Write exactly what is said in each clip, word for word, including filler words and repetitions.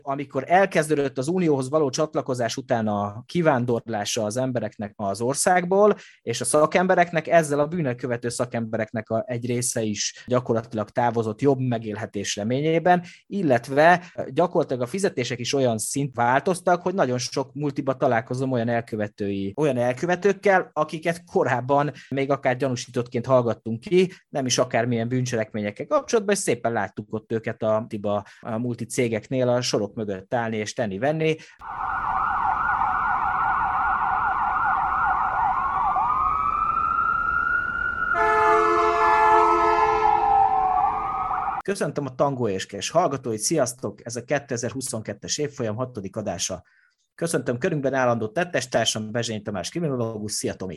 amikor elkezdődött az unióhoz való csatlakozás után a kivándorlása az embereknek az országból, és a szakembereknek, ezzel a bűnelkövető szakembereknek a egy része is gyakorlatilag távozott jobb megélhetés reményében, illetve gyakorlatilag a fizetések is olyan szint változtak, hogy nagyon sok multiba találkozom olyan elkövetői, olyan elkövetőkkel, akiket korábban még akár gyanúsítottként hallgattunk ki, nem is akármilyen bűncselekményekkel kapcsolatban, és szépen láttuk ott őket a, a multi cégeknél a sorok mögött állni és tenni-venni. Köszöntöm a Tangó és Cash hallgatóit, sziasztok! Ez a kétezer-huszonkettes évfolyam hatodik adása. Köszöntöm körünkben állandó tettestársam, Bezsény Tamás kriminológus. Szia, Tomi!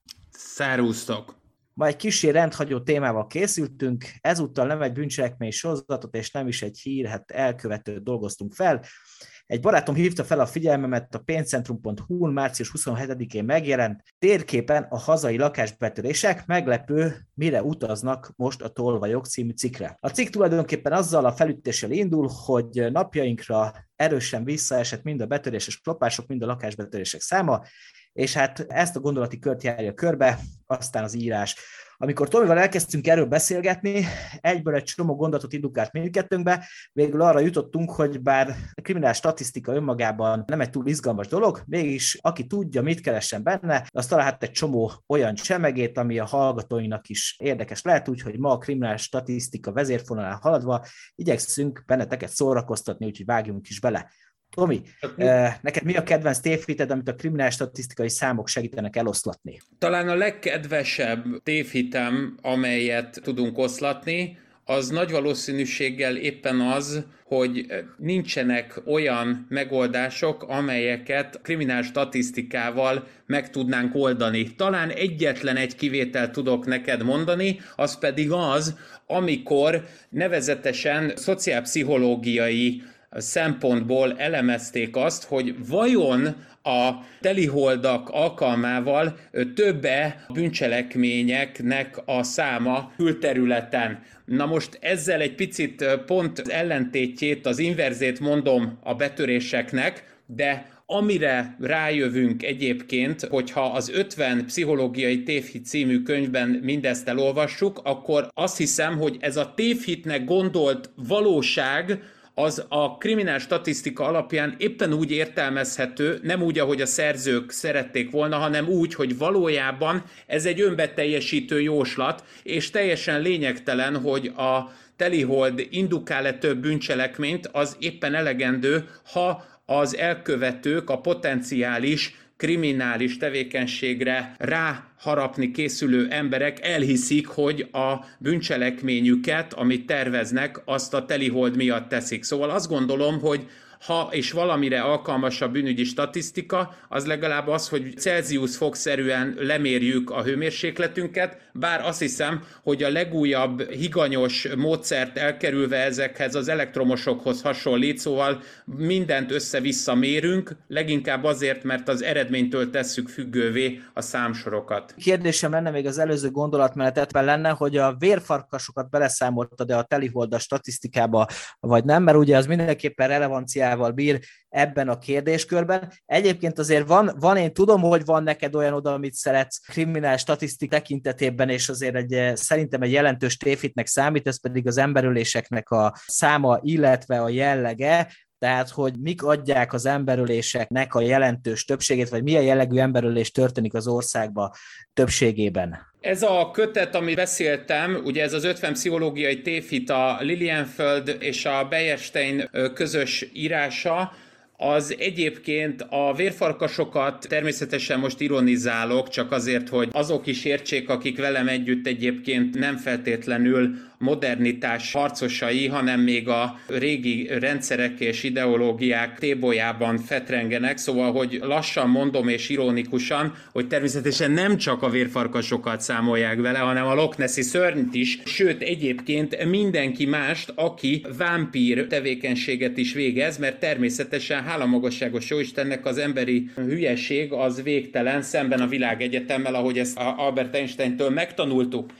Szervusztok! Ma egy kissé rendhagyó témával készültünk, ezúttal nem egy bűncselekmény sorozatot és nem is egy hírhedt elkövetőt dolgoztunk fel. Egy barátom hívta fel a figyelmemet a pénzcentrum pont hu-n március huszonhetedikén megjelent térképen a hazai lakásbetörések, meglepő, mire utaznak most a tolvajok című cikkre. A cikk tulajdonképpen azzal a felütéssel indul, hogy napjainkra erősen visszaesett mind a betöréses klopások, mind a lakásbetörések száma, és hát ezt a gondolati kört járja körbe, aztán az írás. Amikor Tomival elkezdtünk erről beszélgetni, egyből egy csomó gondolatot indukált mindkettőnkbe, végül arra jutottunk, hogy bár a kriminális statisztika önmagában nem egy túl izgalmas dolog, mégis aki tudja, mit keressen benne, az találhat egy csomó olyan csemegét, ami a hallgatóinak is érdekes lehet, úgyhogy ma a kriminális statisztika vezérfonalán haladva igyekszünk benneteket szórakoztatni, úgyhogy vágjunk is bele. Tomi, neked mi a kedvenc tévhited, amit a kriminális statisztikai számok segítenek eloszlatni? Talán a legkedvesebb tévhitem, amelyet tudunk oszlatni, az nagy valószínűséggel éppen az, hogy nincsenek olyan megoldások, amelyeket kriminális statisztikával meg tudnánk oldani. Talán egyetlen egy kivételt tudok neked mondani, az pedig az, amikor nevezetesen szociálpszichológiai szempontból elemezték azt, hogy vajon a teliholdak alkalmával többe bűncselekményeknek a száma külterületen. Na most ezzel egy picit pont az ellentétjét, az inverzét mondom a betöréseknek, de amire rájövünk egyébként, hogyha az ötven pszichológiai tévhit című könyvben mindezt elolvassuk, akkor azt hiszem, hogy ez a tévhitnek gondolt valóság, az a kriminális statisztika alapján éppen úgy értelmezhető, nem úgy, ahogy a szerzők szerették volna, hanem úgy, hogy valójában ez egy önbeteljesítő jóslat, és teljesen lényegtelen, hogy a telihold indukál-e több bűncselekményt, az éppen elegendő, ha az elkövetők, a potenciális kriminális tevékenységre ráharapni készülő emberek elhiszik, hogy a bűncselekményüket, amit terveznek, azt a telihold miatt teszik. Szóval azt gondolom, hogy ha és valamire alkalmas a bűnügyi statisztika, az legalább az, hogy Celsius fokszerűen lemérjük a hőmérsékletünket, bár azt hiszem, hogy a legújabb higanyos módszert elkerülve ezekhez az elektromosokhoz hasonlít, szóval mindent össze-vissza mérünk, leginkább azért, mert az eredménytől tesszük függővé a számsorokat. Kérdésem lenne még az előző gondolatmenetetben lenne, hogy a vérfarkasokat beleszámoltad-e a telihold statisztikába, vagy nem, mert ugye az mindenképpen relevanciával bír ebben a kérdéskörben. Egyébként azért van, van, én tudom, hogy van neked olyan oda, amit szeretsz kriminális statisztik tekintetében, és azért egy, szerintem egy jelentős tévhitnek számít, ez pedig az emberöléseknek a száma, illetve a jellege, tehát, hogy mik adják az emberöléseknek a jelentős többségét, vagy milyen jellegű emberölés történik az országban többségében. Ez a kötet, amit beszéltem, ugye ez az ötven pszichológiai tévhit, a Lilienfeld és a Bejerstein közös írása, az egyébként a vérfarkasokat természetesen most ironizálok, csak azért, hogy azok is értsék, akik velem együtt egyébként nem feltétlenül modernitás harcosai, hanem még a régi rendszerek és ideológiák tébolyában fetrengenek, szóval, hogy lassan mondom és ironikusan, hogy természetesen nem csak a vérfarkasokat számolják vele, hanem a Loch Nessi szörnyt is, sőt egyébként mindenki mást, aki vámpír tevékenységet is végez, mert természetesen hála magasságos Jóistennek az emberi hülyeség az végtelen szemben a világegyetemmel, ahogy ezt Albert Einsteintől megtanultuk.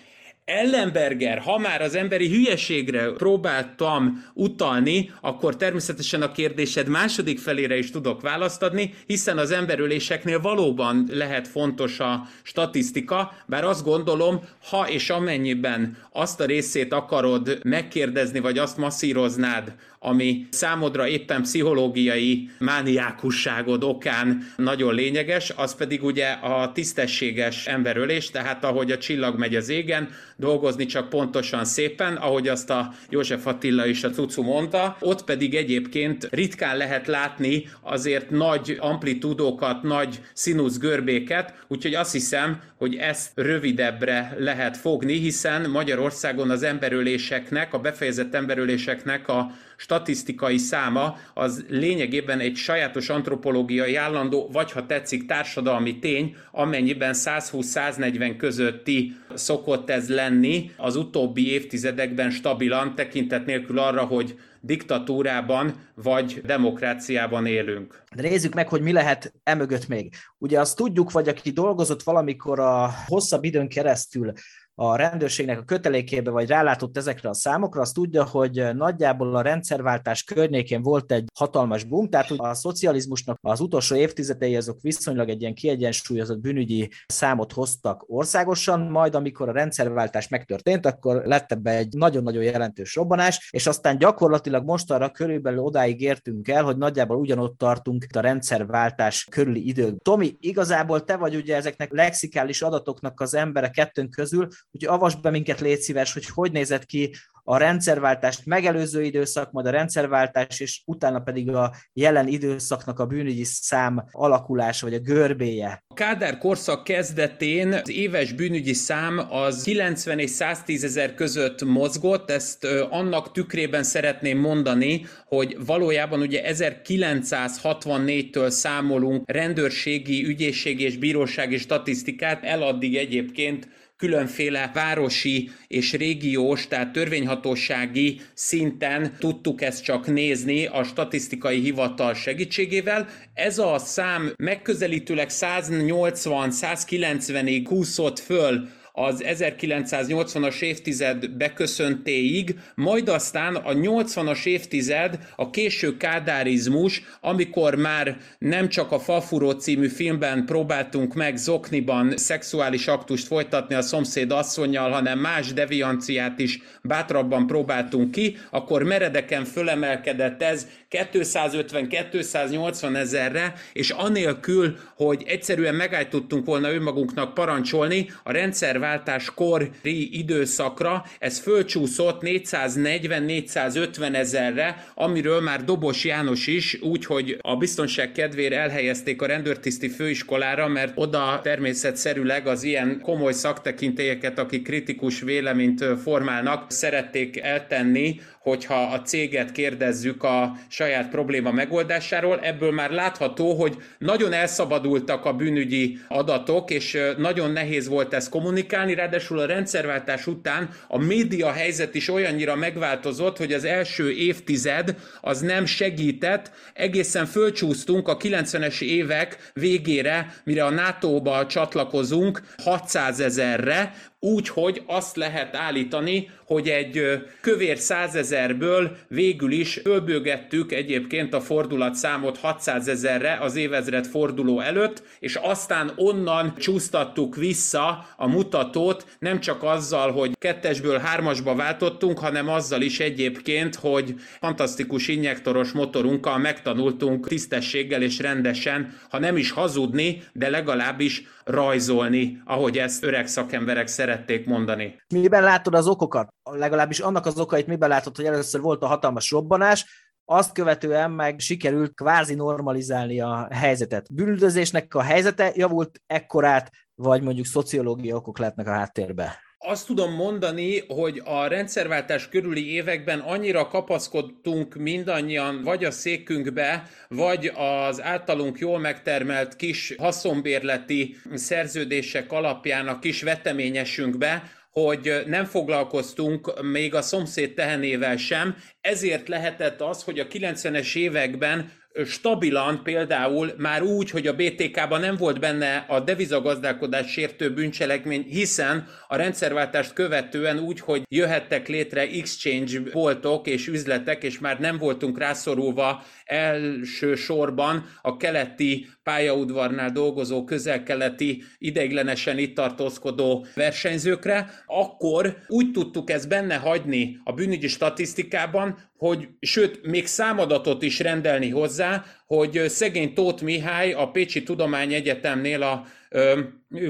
Ellenberger, ha már az emberi hülyeségre próbáltam utalni, akkor természetesen a kérdésed második felére is tudok választ adni, hiszen az emberöléseknél valóban lehet fontos a statisztika, bár azt gondolom, ha és amennyiben azt a részét akarod megkérdezni, vagy azt masszíroznád, ami számodra éppen pszichológiai mániákusságod okán nagyon lényeges, az pedig ugye a tisztességes emberölés, tehát ahogy a csillag megy az égen, dolgozni csak pontosan szépen, ahogy azt a József Attila is a cucu mondta, ott pedig egyébként ritkán lehet látni azért nagy amplitúdókat, nagy színusz görbéket, úgyhogy azt hiszem, hogy ezt rövidebbre lehet fogni, hiszen Magyarországon az emberöléseknek, a befejezett emberöléseknek a statisztikai száma az lényegében egy sajátos antropológiai állandó, vagy ha tetszik társadalmi tény, amennyiben százhúsz-száznegyven közötti szokott ez lenni az utóbbi évtizedekben stabilan, tekintet nélkül arra, hogy diktatúrában vagy demokráciában élünk. De nézzük meg, hogy mi lehet emögött még. Ugye azt tudjuk, vagy aki dolgozott valamikor a hosszabb időn keresztül a rendőrségnek a kötelékébe, vagy rálátott ezekre a számokra, azt tudja, hogy nagyjából a rendszerváltás környékén volt egy hatalmas boom, tehát a szocializmusnak az utolsó évtizedei azok viszonylag egy ilyen kiegyensúlyozott bűnügyi számot hoztak országosan, majd amikor a rendszerváltás megtörtént, akkor lett ebbe egy nagyon-nagyon jelentős robbanás, és aztán gyakorlatilag mostanra körülbelül odáig értünk el, hogy nagyjából ugyanott tartunk a rendszerváltás körüli idők. Tomi, igazából te vagy ugye ezeknek lexikális adatoknak az embere kettőnk közül, úgyhogy avasd be minket, légy szíves, hogy hogy nézett ki a rendszerváltást megelőző időszak, majd a rendszerváltás, és utána pedig a jelen időszaknak a bűnügyi szám alakulása, vagy a görbéje. A Kádár korszak kezdetén az éves bűnügyi szám az kilencven és száztízezer között mozgott, ezt annak tükrében szeretném mondani, hogy valójában ugye ezerkilencszázhatvannégytől számolunk rendőrségi, ügyészségi és bírósági statisztikát, eladdig egyébként különféle városi és régiós, tehát törvényhatósági szinten tudtuk ezt csak nézni a statisztikai hivatal segítségével. Ez a szám megközelítőleg száznyolcvan-százkilencvenig húzott föl az ezerkilencszáznyolcvanas évtized beköszöntéig, majd aztán a nyolcvanas évtized, a késő kádárizmus, amikor már nem csak a Falfúró című filmben próbáltunk meg zokniban szexuális aktust folytatni a szomszéd asszonnyal, hanem más devianciát is bátrabban próbáltunk ki, akkor meredeken fölemelkedett ez kétszázötven-kétszáznyolcvan ezerre, és anélkül, hogy egyszerűen megáll tudtunk volna önmagunknak parancsolni, a rendszerváltás kori időszakra ez fölcsúszott négyszáznegyven-négyszázötven ezerre, amiről már Dobos János is, úgyhogy a biztonság kedvére elhelyezték a rendőrtiszti főiskolára, mert oda természetszerűleg az ilyen komoly szaktekintélyeket, akik kritikus véleményt formálnak, szerették eltenni, hogyha a céget kérdezzük a saját probléma megoldásáról. Ebből már látható, hogy nagyon elszabadultak a bűnügyi adatok, és nagyon nehéz volt ezt kommunikálni, ráadásul a rendszerváltás után a média helyzet is olyannyira megváltozott, hogy az első évtized az nem segített, egészen fölcsúsztunk a kilencvenes évek végére, mire a nátóba csatlakozunk hatszázezerre, úgy, hogy azt lehet állítani, hogy egy kövér százezerből végül is fölbőgettük egyébként a fordulatszámot hatszázezerre az évezred forduló előtt, és aztán onnan csúsztattuk vissza a mutatót, nem csak azzal, hogy kettesből hármasba váltottunk, hanem azzal is egyébként, hogy fantasztikus injektoros motorunkkal megtanultunk tisztességgel és rendesen, ha nem is hazudni, de legalábbis rajzolni, ahogy ezt öreg szakemberek szerették mondani. Miben látod az okokat? Legalábbis annak az okait miben látod, hogy először volt a hatalmas robbanás, azt követően meg sikerült kvázi normalizálni a helyzetet. Bűnüldözésnek a helyzete javult ekkorát, vagy mondjuk szociológiai okok lehetnek a háttérben? Azt tudom mondani, hogy a rendszerváltás körüli években annyira kapaszkodtunk mindannyian vagy a székünkbe, vagy az általunk jól megtermelt kis haszonbérleti szerződések alapján a kis veteményesünkbe, hogy nem foglalkoztunk még a szomszéd tehenével sem, ezért lehetett az, hogy a kilencvenes években stabilan például már úgy, hogy a bé té ká-ban nem volt benne a devizagazdálkodás sértő bűncselekmény, hiszen a rendszerváltást követően úgy, hogy jöhettek létre exchange boltok és üzletek, és már nem voltunk rászorulva elsősorban a keleti pályaudvarnál dolgozó, közel-keleti, ideiglenesen itt tartózkodó versenyzőkre, akkor úgy tudtuk ezt benne hagyni a bűnügyi statisztikában, hogy sőt, még számadatot is rendelni hozzá, hogy szegény Tóth Mihály a Pécsi Tudományegyetemnél a ö, ö,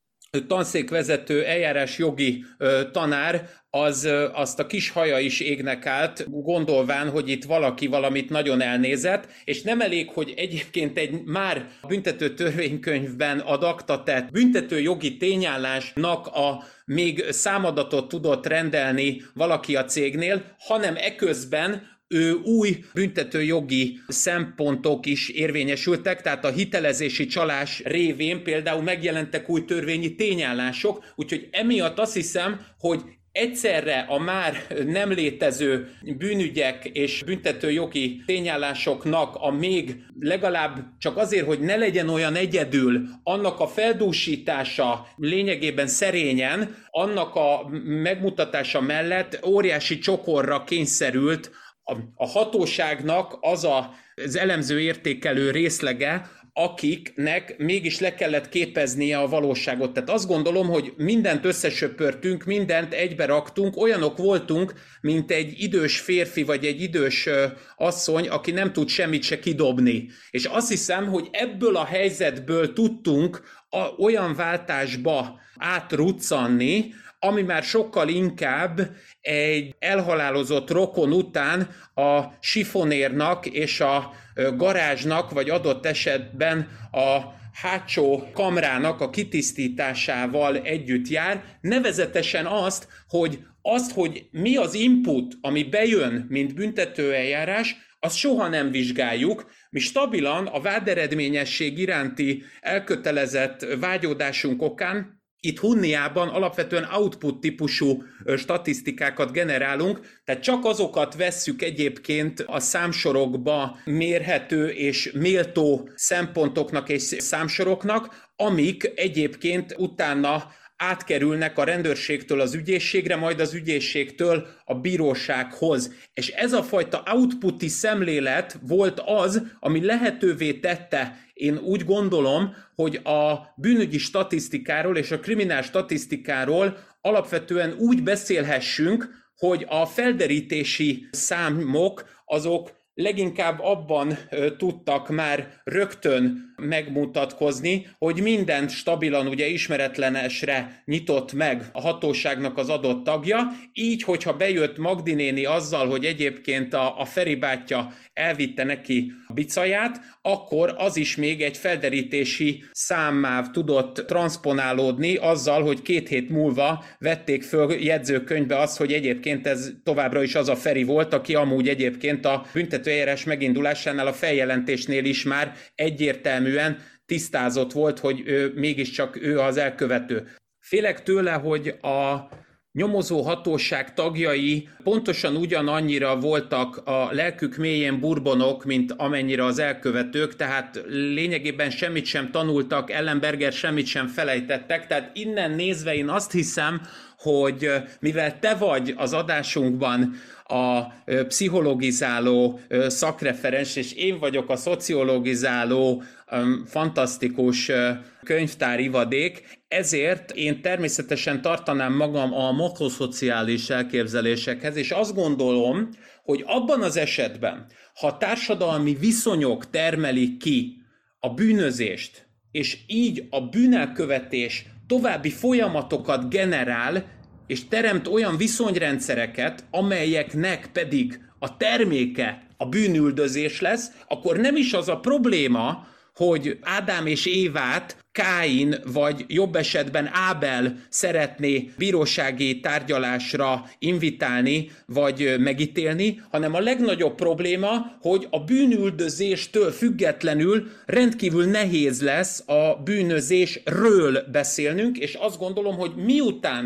tanszékvezető eljárásjogi ö, tanár, az azt a kis haja is égnek állt, gondolván, hogy itt valaki valamit nagyon elnézett, és nem elég, hogy egyébként egy már büntető törvénykönyvben ad akta tett büntető jogi tényállásnak a még számadatot tudott rendelni valaki a cégnél, hanem eközben ő új büntetőjogi szempontok is érvényesültek, tehát a hitelezési csalás révén például megjelentek új törvényi tényállások, úgyhogy emiatt azt hiszem, hogy egyszerre a már nem létező bűnügyek és büntetőjogi tényállásoknak a még legalább csak azért, hogy ne legyen olyan egyedül, annak a feldúsítása lényegében szerényen, annak a megmutatása mellett óriási csokorra kényszerült a, a hatóságnak az a, az elemző értékelő részlege, akiknek mégis le kellett képeznie a valóságot. Tehát azt gondolom, hogy mindent összesöpörtünk, mindent egybe raktunk, olyanok voltunk, mint egy idős férfi vagy egy idős asszony, aki nem tud semmit se kidobni. És azt hiszem, hogy ebből a helyzetből tudtunk a, olyan váltásba átruccanni, ami már sokkal inkább egy elhalálozott rokon után a sifonérnak és a garázsnak, vagy adott esetben a hátsó kamrának a kitisztításával együtt jár, nevezetesen azt, hogy azt, hogy mi az input, ami bejön, mint büntetőeljárás, azt soha nem vizsgáljuk. Mi stabilan a váderedményesség iránti elkötelezett vágyódásunk okán itt Hunniában alapvetően output típusú statisztikákat generálunk, tehát csak azokat vesszük egyébként a számsorokba mérhető és méltó szempontoknak és számsoroknak, amik egyébként utána átkerülnek a rendőrségtől az ügyészségre, majd az ügyészségtől a bírósághoz. És ez a fajta outputi szemlélet volt az, ami lehetővé tette, én úgy gondolom, hogy a bűnügyi statisztikáról és a kriminál statisztikáról alapvetően úgy beszélhessünk, hogy a felderítési számok azok leginkább abban ö, tudtak már rögtön megmutatkozni, hogy mindent stabilan, ugye ismeretlenesre nyitott meg a hatóságnak az adott tagja, így, hogyha bejött Magdi néni azzal, hogy egyébként a, a Feri bátyja elvitte neki a bicaját, akkor az is még egy felderítési számmá tudott transzponálódni azzal, hogy két hét múlva vették föl jegyzőkönyvbe azt, hogy egyébként ez továbbra is az a Feri volt, aki amúgy egyébként a büntetőeljárás megindulásánál a feljelentésnél is már egyértelműen tisztázott volt, hogy ő, mégiscsak ő az elkövető. Félek tőle, hogy a nyomozó hatóság tagjai pontosan ugyanannyira voltak a lelkük mélyén burbonok, mint amennyire az elkövetők, tehát lényegében semmit sem tanultak, Ellenberger semmit sem felejtettek, tehát innen nézve én azt hiszem, hogy mivel te vagy az adásunkban a pszichologizáló szakreferens, és én vagyok a szociologizáló fantasztikus könyvtárivadék, ezért én természetesen tartanám magam a makroszociális elképzelésekhez, és azt gondolom, hogy abban az esetben, ha társadalmi viszonyok termelik ki a bűnözést, és így a bűnelkövetés további folyamatokat generál, és teremt olyan viszonyrendszereket, amelyeknek pedig a terméke a bűnüldözés lesz, akkor nem is az a probléma, hogy Ádám és Évát Káin, vagy jobb esetben Ábel szeretné bírósági tárgyalásra invitálni, vagy megítélni, hanem a legnagyobb probléma, hogy a bűnüldözéstől függetlenül rendkívül nehéz lesz a bűnözésről beszélnünk, és azt gondolom, hogy miután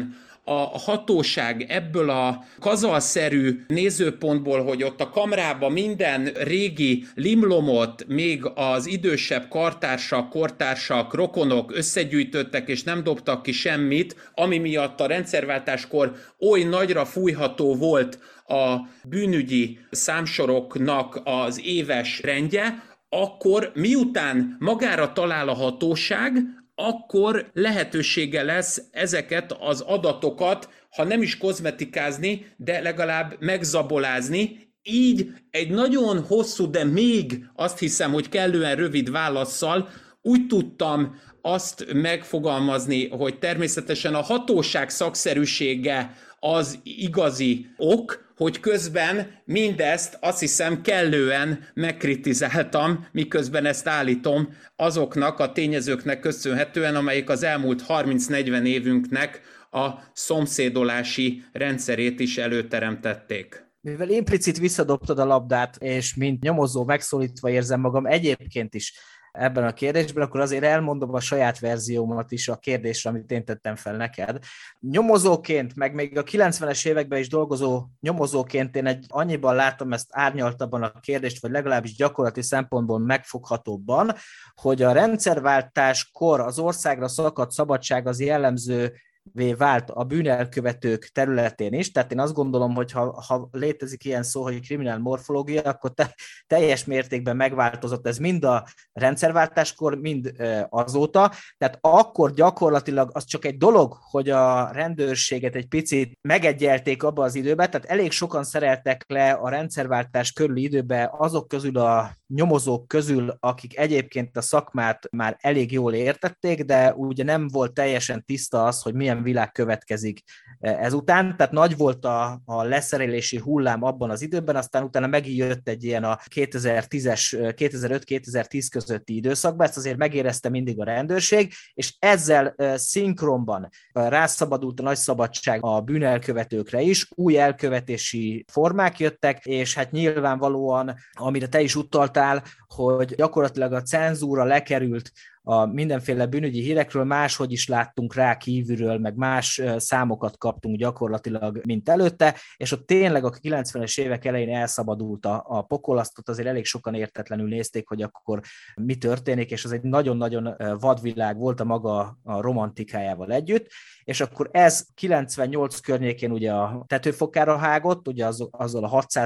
a hatóság ebből a kazalszerű nézőpontból, hogy ott a kamrában minden régi limlomot még az idősebb kartársak, kortársak, rokonok összegyűjtöttek, és nem dobtak ki semmit, ami miatt a rendszerváltáskor oly nagyra fújható volt a bűnügyi számsoroknak az éves rendje, akkor miután magára talál a hatóság, akkor lehetősége lesz ezeket az adatokat, ha nem is kozmetikázni, de legalább megzabolázni. Így egy nagyon hosszú, de még azt hiszem, hogy kellően rövid válasszal úgy tudtam azt megfogalmazni, hogy természetesen a hatóság szakszerűsége az igazi ok, hogy közben mindezt azt hiszem kellően megkritizáltam, miközben ezt állítom azoknak a tényezőknek köszönhetően, amelyek az elmúlt harminc-negyven évünknek a szomszédolási rendszerét is előteremtették. Mivel implicit visszadobtad a labdát, és mint nyomozó megszólítva érzem magam egyébként is ebben a kérdésben, akkor azért elmondom a saját verziómat is a kérdésre, amit én tettem fel neked. Nyomozóként, meg még a kilencvenes években is dolgozó nyomozóként én egy annyiban látom ezt árnyaltabban a kérdést, vagy legalábbis gyakorlati szempontból megfoghatóbban, hogy a rendszerváltáskor az országra szakadt szabadság az jellemző vált a bűnelkövetők területén is, tehát én azt gondolom, hogy ha, ha létezik ilyen szó, hogy kriminál morfológia, akkor te, teljes mértékben megváltozott ez mind a rendszerváltáskor, mind azóta, tehát akkor gyakorlatilag az csak egy dolog, hogy a rendőrséget egy picit megegyelték abba az időben, tehát elég sokan szereltek le a rendszerváltás körüli időben azok közül a nyomozók közül, akik egyébként a szakmát már elég jól értették, de ugye nem volt teljesen tiszta az, hogy milyen világ következik ezután, tehát nagy volt a, a leszerelési hullám abban az időben, aztán utána megjött egy ilyen a kétezer-tízes, kétezer-öt-kétezer-tíz közötti időszakban, ezt azért megérezte mindig a rendőrség, és ezzel szinkronban rászabadult a nagy szabadság a bűnelkövetőkre is, új elkövetési formák jöttek, és hát nyilvánvalóan, amire te is utaltál, hogy gyakorlatilag a cenzúra lekerült a mindenféle bűnügyi hírekről, máshogy is láttunk rá kívülről, meg más számokat kaptunk gyakorlatilag, mint előtte, és ott tényleg a kilencvenes évek elején elszabadult a, a pokol, azt ott azért elég sokan értetlenül nézték, hogy akkor mi történik, és az egy nagyon-nagyon vadvilág volt a maga a romantikájával együtt, és akkor ez kilencvennyolc környékén ugye a tetőfokára hágott, ugye az, azzal a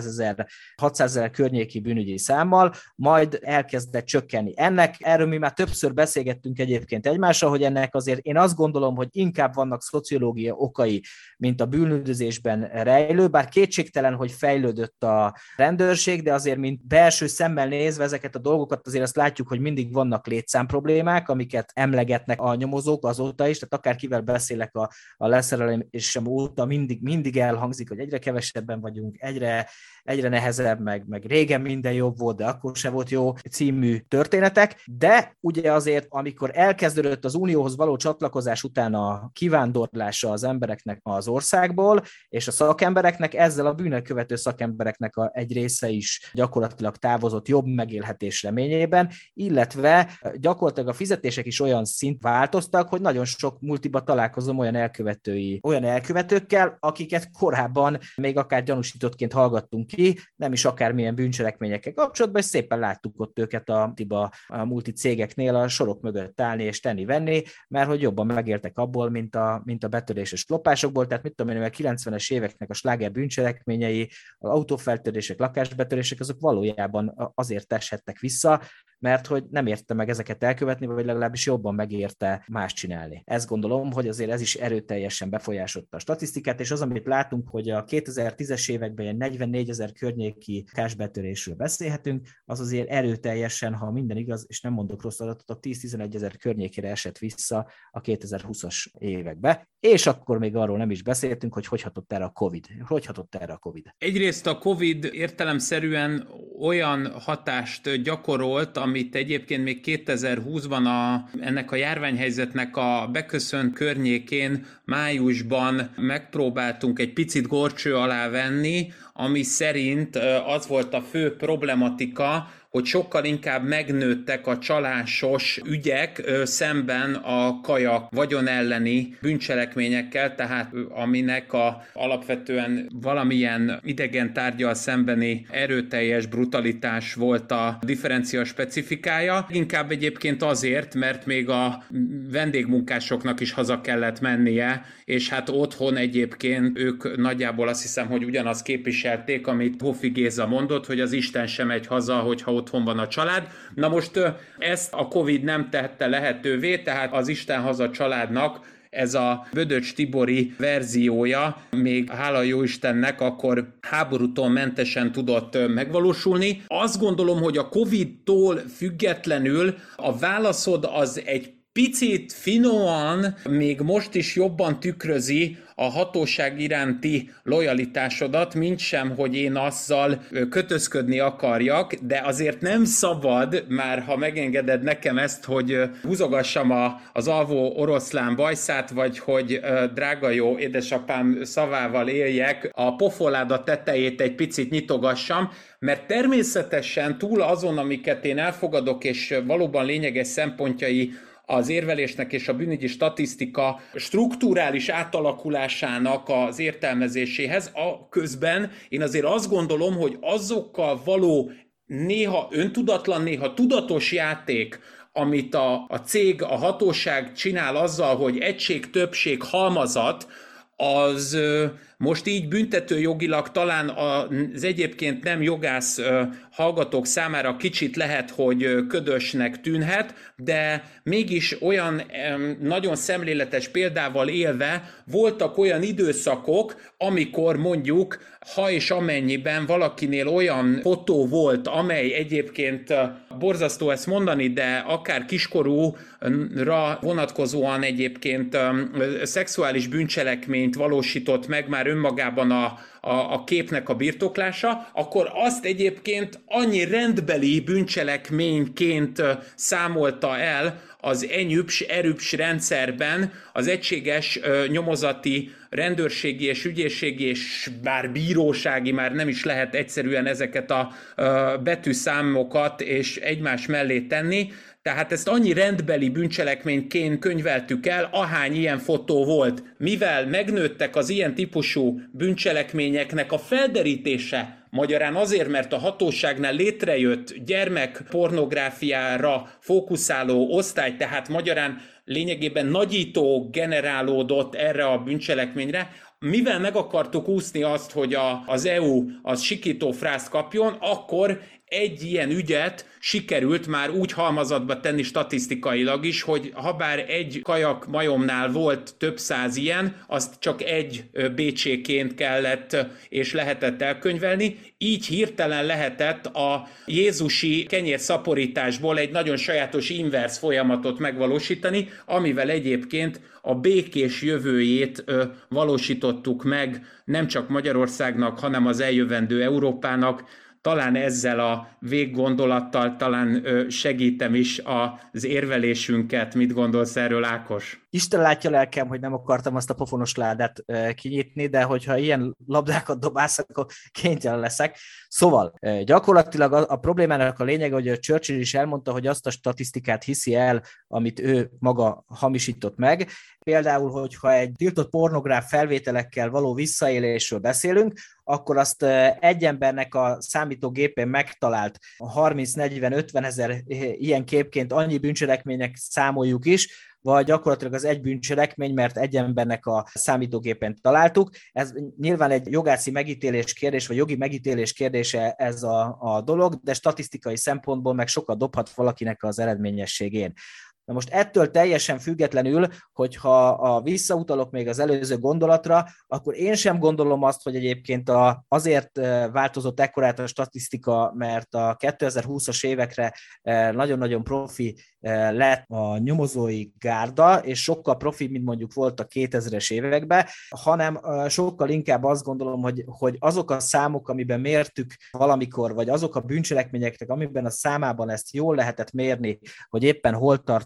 hatszázezer környéki bűnügyi számmal, majd elkezdett csökkenni. Ennek, erről mi már többször beszélgettünk egyébként egymással, hogy ennek azért én azt gondolom, hogy inkább vannak szociológiai okai, mint a bűnüldözésben rejlő, bár kétségtelen, hogy fejlődött a rendőrség, de azért mint belső szemmel nézve ezeket a dolgokat azért azt látjuk, hogy mindig vannak létszám problémák, amiket emlegetnek a nyomozók azóta is, tehát akárkivel beszélek a, a leszerelésem óta mindig, mindig elhangzik, hogy egyre kevesebben vagyunk, egyre, egyre nehezebb, meg, meg régen minden jobb volt, de akkor se volt jó című történetek, de ugye azért, amikor elkezdődött az Unióhoz való csatlakozás után a kivándorlása az embereknek az országból, és a szakembereknek, ezzel a bűnelkövető szakembereknek a, egy része is gyakorlatilag távozott jobb megélhetés reményében, illetve gyakorlatilag a fizetések is olyan szint változtak, hogy nagyon sok multiba találkozom olyan elkövetői, olyan elkövetőkkel, akiket korábban még akár gyanúsítottként hallgattunk ki, nem is akármilyen bűncselekményekkel kapcsolatban, és szépen láttuk ott őket a, a multi cégeknél a sorok mögött állni és tenni-venni, mert hogy jobban megértek abból, mint a, mint a betöréses lopásokból, tehát mit tudom én, a kilencvenes éveknek a sláger bűncselekményei, az autófeltörések, lakásbetörések, azok valójában azért eshettek vissza, mert hogy nem érte meg ezeket elkövetni, vagy legalábbis jobban megérte más csinálni. Ezt gondolom, hogy azért ez is erőteljesen befolyásolta a statisztikát, és az, amit látunk, hogy a kétezer-tízes években ilyen negyvennégyezer környéki lakásbetörésről beszélhetünk, az azért erőteljesen, ha minden igaz, és nem mondok rossz adatot, a tíz-tizenegyezer környékére esett vissza a kétezer-húszas évekbe, és akkor még arról nem is beszéltünk, hogy hogy hatott erre a Covid. Hogy hatott erre a Covid? Egyrészt a Covid értelemszerűen olyan hatást gyakorolt, amit egyébként még kétezer-húszban a, ennek a járványhelyzetnek a beköszönt környékén, májusban megpróbáltunk egy picit górcső alá venni, ami szerint az volt a fő problematika, hogy sokkal inkább megnőttek a csalásos ügyek szemben a kajak vagyon elleni bűncselekményekkel, tehát aminek a alapvetően valamilyen idegen tárgyal szembeni erőteljes brutalitás volt a differencia specifikája. Inkább egyébként azért, mert még a vendégmunkásoknak is haza kellett mennie, és hát otthon egyébként ők nagyjából azt hiszem, hogy ugyanazt képviselték, amit Hofi Géza mondott, hogy az Isten sem megy haza, hogyha otthon van a család. Na most ezt a Covid nem tette lehetővé, tehát az Isten haza családnak ez a Bödöcs Tibori verziója még hála jó Istennek akkor háborútól mentesen tudott megvalósulni. Azt gondolom, hogy a Covid-tól függetlenül a válaszod az egy picit finoman, még most is jobban tükrözi a hatóság iránti lojalitásodat, mint sem, hogy én azzal kötözködni akarjak, de azért nem szabad, már ha megengeded nekem ezt, hogy húzogassam a, az alvó oroszlán bajszát, vagy hogy drága jó édesapám szavával éljek, a pofoláda tetejét egy picit nyitogassam, mert természetesen túl azon, amiket én elfogadok, és valóban lényeges szempontjai az érvelésnek és a bűnügyi statisztika strukturális átalakulásának az értelmezéséhez, a közben én azért azt gondolom, hogy azokkal való néha öntudatlan, néha tudatos játék, amit a, a cég, a hatóság csinál azzal, hogy egység, többség, halmazat, az most így büntetőjogilag talán az egyébként nem jogász hallgatók számára kicsit lehet, hogy ködösnek tűnhet, de mégis olyan nagyon szemléletes példával élve voltak olyan időszakok, amikor mondjuk, ha és amennyiben valakinél olyan fotó volt, amely egyébként borzasztó ezt mondani, de akár kiskorúra vonatkozóan egyébként szexuális bűncselekményt valósított meg már önmagában a, a, a képnek a birtoklása, akkor azt egyébként annyi rendbeli bűncselekményként számolta el az enyüps, erüps rendszerben az egységes ö, nyomozati rendőrségi és ügyészségi és bár bírósági, már nem is lehet egyszerűen ezeket a ö, betűszámokat és egymás mellé tenni, tehát ezt annyi rendbeli bűncselekményként könyveltük el, ahány ilyen fotó volt. Mivel megnőttek az ilyen típusú bűncselekményeknek a felderítése, magyarán azért, mert a hatóságnál létrejött gyermekpornográfiára fókuszáló osztály, tehát magyarán lényegében nagyító generálódott erre a bűncselekményre, mivel meg akartuk úszni azt, hogy a, az é u az sikító frászt kapjon, akkor egy ilyen ügyet sikerült már úgy halmazatba tenni statisztikailag is, hogy habár egy kajak majomnál volt több száz ilyen, azt csak egy bécséként kellett és lehetett elkönyvelni, így hirtelen lehetett a jézusi kenyérszaporításból egy nagyon sajátos inverz folyamatot megvalósítani, amivel egyébként a békés jövőjét ö, valósítottuk meg nem csak Magyarországnak, hanem az eljövendő Európának. Talán ezzel a véggondolattal talán segítem is az érvelésünket. Mit gondolsz erről, Ákos? Isten látja lelkem, hogy nem akartam azt a pofonos ládát kinyitni, de hogyha ilyen labdákat dobálsz, akkor kénytelen leszek. Szóval gyakorlatilag a, a problémának a lényege, hogy a Churchill is elmondta, hogy azt a statisztikát hiszi el, amit ő maga hamisított meg. Például, hogyha egy tiltott pornográf felvételekkel való visszaélésről beszélünk, akkor azt egy embernek a számítógépén megtalált harminc negyven ötven ezer ilyen képként annyi bűncselekmények számoljuk is, vagy gyakorlatilag az egy bűncselekmény, mert egy embernek a számítógépen találtuk. Ez nyilván egy jogászi megítélés kérdés, vagy jogi megítélés kérdése ez a, a dolog, de statisztikai szempontból meg sokat dobhat valakinek az eredményességén. Na most ettől teljesen függetlenül, hogyha a visszautalok még az előző gondolatra, akkor én sem gondolom azt, hogy egyébként a, azért változott ekkorát a statisztika, mert a kétezer-húszas évekre nagyon-nagyon profi lett a nyomozói gárda, és sokkal profi, mint mondjuk volt a kétezres években, hanem sokkal inkább azt gondolom, hogy, hogy azok a számok, amiben mértük valamikor, vagy azok a bűncselekményeknek, amiben a számában ezt jól lehetett mérni, hogy éppen hol tart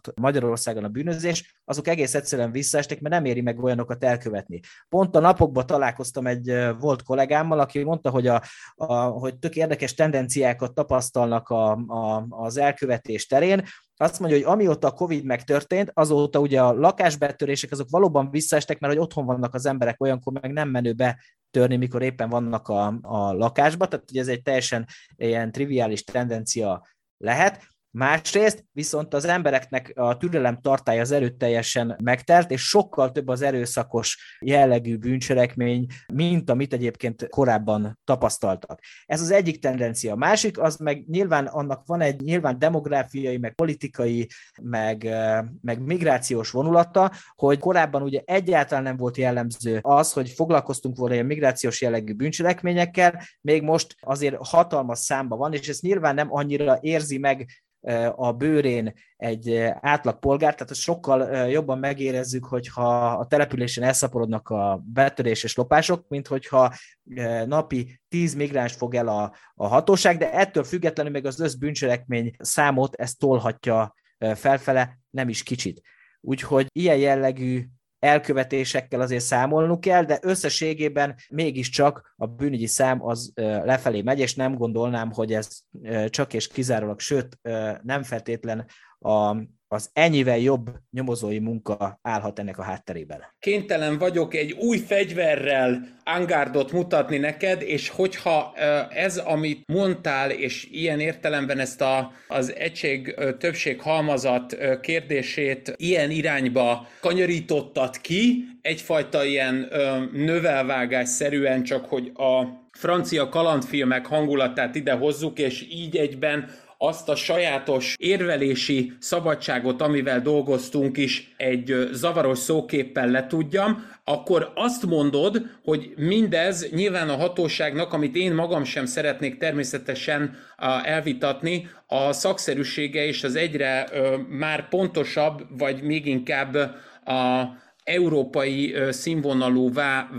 volt Magyarországon a bűnözés, azok egész egyszerűen visszaestek, mert nem éri meg olyanokat elkövetni. Pont a napokban találkoztam egy volt kollégámmal, aki mondta, hogy, a, a, hogy tök érdekes tendenciákat tapasztalnak a, a, az elkövetés terén. Azt mondja, hogy amióta a Covid megtörtént, azóta ugye a lakásbetörések azok valóban visszaestek, mert hogy otthon vannak az emberek, olyankor meg nem menő betörni, mikor éppen vannak a, a lakásba, tehát ugye ez egy teljesen ilyen triviális tendencia lehet. Másrészt viszont az embereknek a türelem tartálya az erőteljesen megtelt, és sokkal több az erőszakos jellegű bűncselekmény, mint amit egyébként korábban tapasztaltak. Ez az egyik tendencia. A másik, az meg nyilván annak van egy nyilván demográfiai, meg politikai, meg, meg migrációs vonulata, hogy korábban ugye egyáltalán nem volt jellemző az, hogy foglalkoztunk volna ilyen migrációs jellegű bűncselekményekkel, még most azért hatalmas számban van, és ezt nyilván nem annyira érzi meg a bőrén egy átlag polgár, tehát sokkal jobban megérezzük, hogyha a településen elszaporodnak a betöréses lopások, mint hogyha napi tíz migráns fog el a, a hatóság, de ettől függetlenül még az összbűncselekmény számot ezt tolhatja felfele, nem is kicsit. Úgyhogy ilyen jellegű elkövetésekkel azért számolnunk kell, de összességében mégiscsak a bűnügyi szám az lefelé megy, és nem gondolnám, hogy ez csak és kizárólag, sőt, nem feltétlen a, az ennyivel jobb nyomozói munka állhat ennek a hátterében. Kénytelen vagyok egy új fegyverrel Angardot mutatni neked, és hogyha ez, amit mondtál, és ilyen értelemben ezt a, az egység-többség halmazat kérdését ilyen irányba kanyarítottad ki, egyfajta ilyen növelvágásszerűen, csak hogy a francia kalandfilmek hangulatát ide hozzuk, és így egyben azt a sajátos érvelési szabadságot, amivel dolgoztunk is, egy zavaros szóképpen letudjam, akkor azt mondod, hogy mindez nyilván a hatóságnak, amit én magam sem szeretnék természetesen elvitatni, a szakszerűsége és az egyre már pontosabb, vagy még inkább a európai színvonalú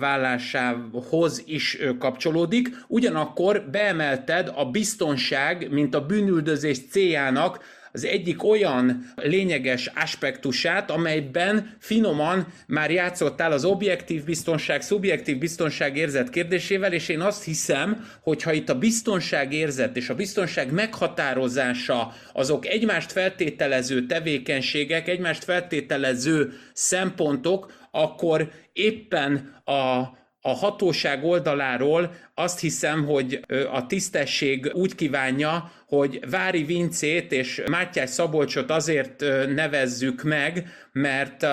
válásához is kapcsolódik, ugyanakkor beemelted a biztonság, mint a bűnüldözés céljának az egyik olyan lényeges aspektusát, amelyben finoman már játszottál az objektív biztonság, szubjektív biztonságérzet kérdésével, és én azt hiszem, hogy ha itt a biztonságérzet és a biztonság meghatározása azok egymást feltételező tevékenységek, egymást feltételező szempontok, akkor éppen a A hatóság oldaláról azt hiszem, hogy a tisztesség úgy kívánja, hogy Vári Vincét és Mátyás Szabolcsot azért nevezzük meg, mert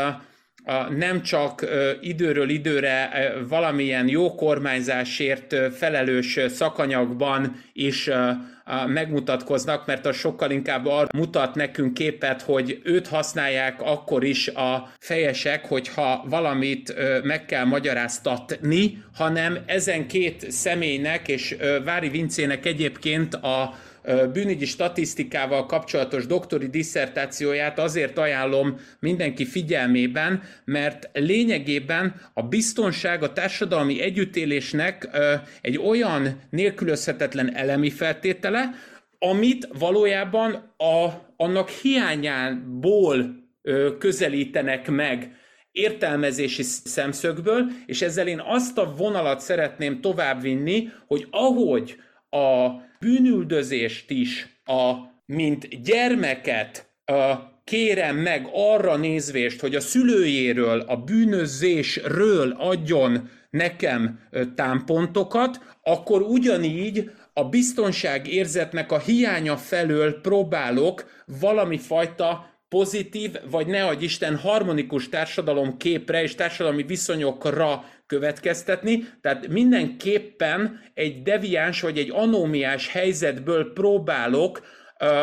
nem csak időről időre valamilyen jó kormányzásért felelős szakanyagban is megmutatkoznak, mert az sokkal inkább arra mutat nekünk képet, hogy őt használják akkor is a fejesek, hogyha valamit meg kell magyaráztatni, hanem ezen két személynek és Vári Vincének egyébként a bűnügyi statisztikával kapcsolatos doktori disszertációját azért ajánlom mindenki figyelmében, mert lényegében a biztonság a társadalmi együttélésnek egy olyan nélkülözhetetlen elemi feltétele, amit valójában a, annak hiányából közelítenek meg értelmezési szemszögből, és ezzel én azt a vonalat szeretném továbbvinni, hogy ahogy a bűnüldözést is, a, mint gyermeket a, kérem meg arra nézvést, hogy a szülőjéről, a bűnözésről adjon nekem támpontokat, akkor ugyanígy a biztonságérzetnek a hiánya felől próbálok valami fajta pozitív, vagy ne adj Isten harmonikus társadalomképre és társadalmi viszonyokra következtetni, tehát mindenképpen egy deviáns vagy egy anómiás helyzetből próbálok ö,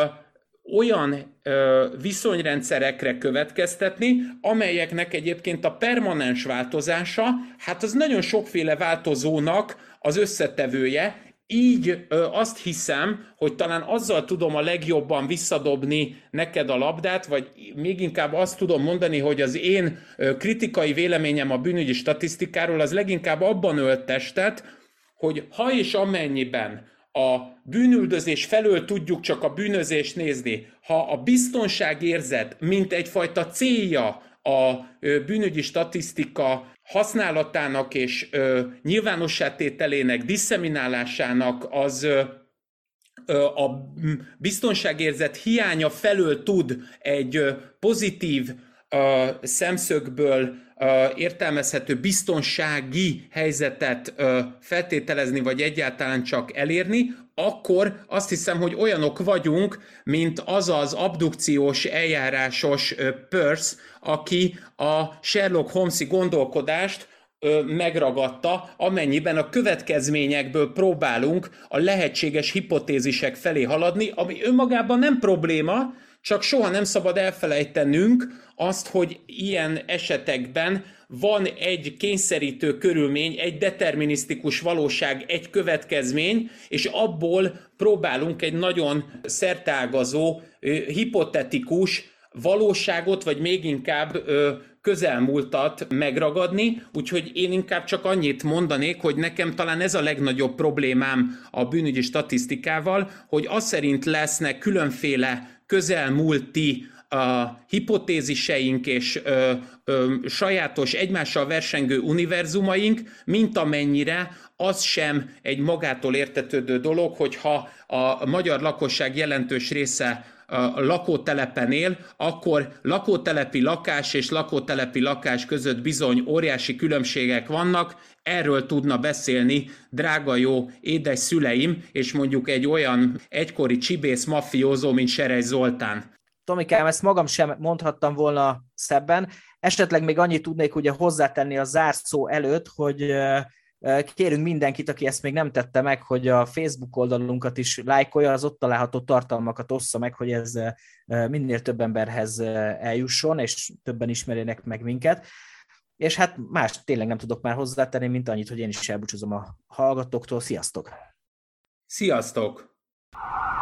olyan ö, viszonyrendszerekre következtetni, amelyeknek egyébként a permanens változása, hát az nagyon sokféle változónak az összetevője. Így ö, azt hiszem, hogy talán azzal tudom a legjobban visszadobni neked a labdát, vagy még inkább azt tudom mondani, hogy az én ö, kritikai véleményem a bűnügyi statisztikáról az leginkább abban ölt testet, hogy ha és amennyiben a bűnüldözés felől tudjuk csak a bűnözést nézni, ha a biztonságérzet, mint egyfajta célja a bűnügyi statisztika használatának és nyilvánossá tételének, disszeminálásának az a biztonságérzet hiánya felől tud egy pozitív szemszögből értelmezhető biztonsági helyzetet feltételezni, vagy egyáltalán csak elérni, akkor azt hiszem, hogy olyanok vagyunk, mint az az abdukciós eljárásos Peirce, aki a Sherlock Holmes-i gondolkodást megragadta, amennyiben a következményekből próbálunk a lehetséges hipotézisek felé haladni, ami önmagában nem probléma, csak soha nem szabad elfelejtenünk azt, hogy ilyen esetekben van egy kényszerítő körülmény, egy determinisztikus valóság, egy következmény, és abból próbálunk egy nagyon szerteágazó, hipotetikus valóságot, vagy még inkább közelmúltat megragadni, úgyhogy én inkább csak annyit mondanék, hogy nekem talán ez a legnagyobb problémám a bűnügyi statisztikával, hogy az szerint lesznek különféle közelmúlti a hipotéziseink és ö, ö, sajátos egymással versengő univerzumaink, mint amennyire az sem egy magától értetődő dolog, hogyha a magyar lakosság jelentős része a lakótelepen él, akkor lakótelepi lakás és lakótelepi lakás között bizony óriási különbségek vannak, erről tudna beszélni drága jó édes szüleim, és mondjuk egy olyan egykori csibész maffiózó, mint Serej Zoltán. Tomikám, ezt magam sem mondhattam volna szebben. Esetleg még annyit tudnék ugye hozzátenni a zárszó előtt, hogy kérünk mindenkit, aki ezt még nem tette meg, hogy a Facebook oldalunkat is lájkolja, az ott található tartalmakat ossza meg, hogy ez minél több emberhez eljusson, és többen ismerjenek meg minket. És hát más tényleg nem tudok már hozzátenni, mint annyit, hogy én is elbúcsúzom a hallgatóktól. Sziasztok! Sziasztok!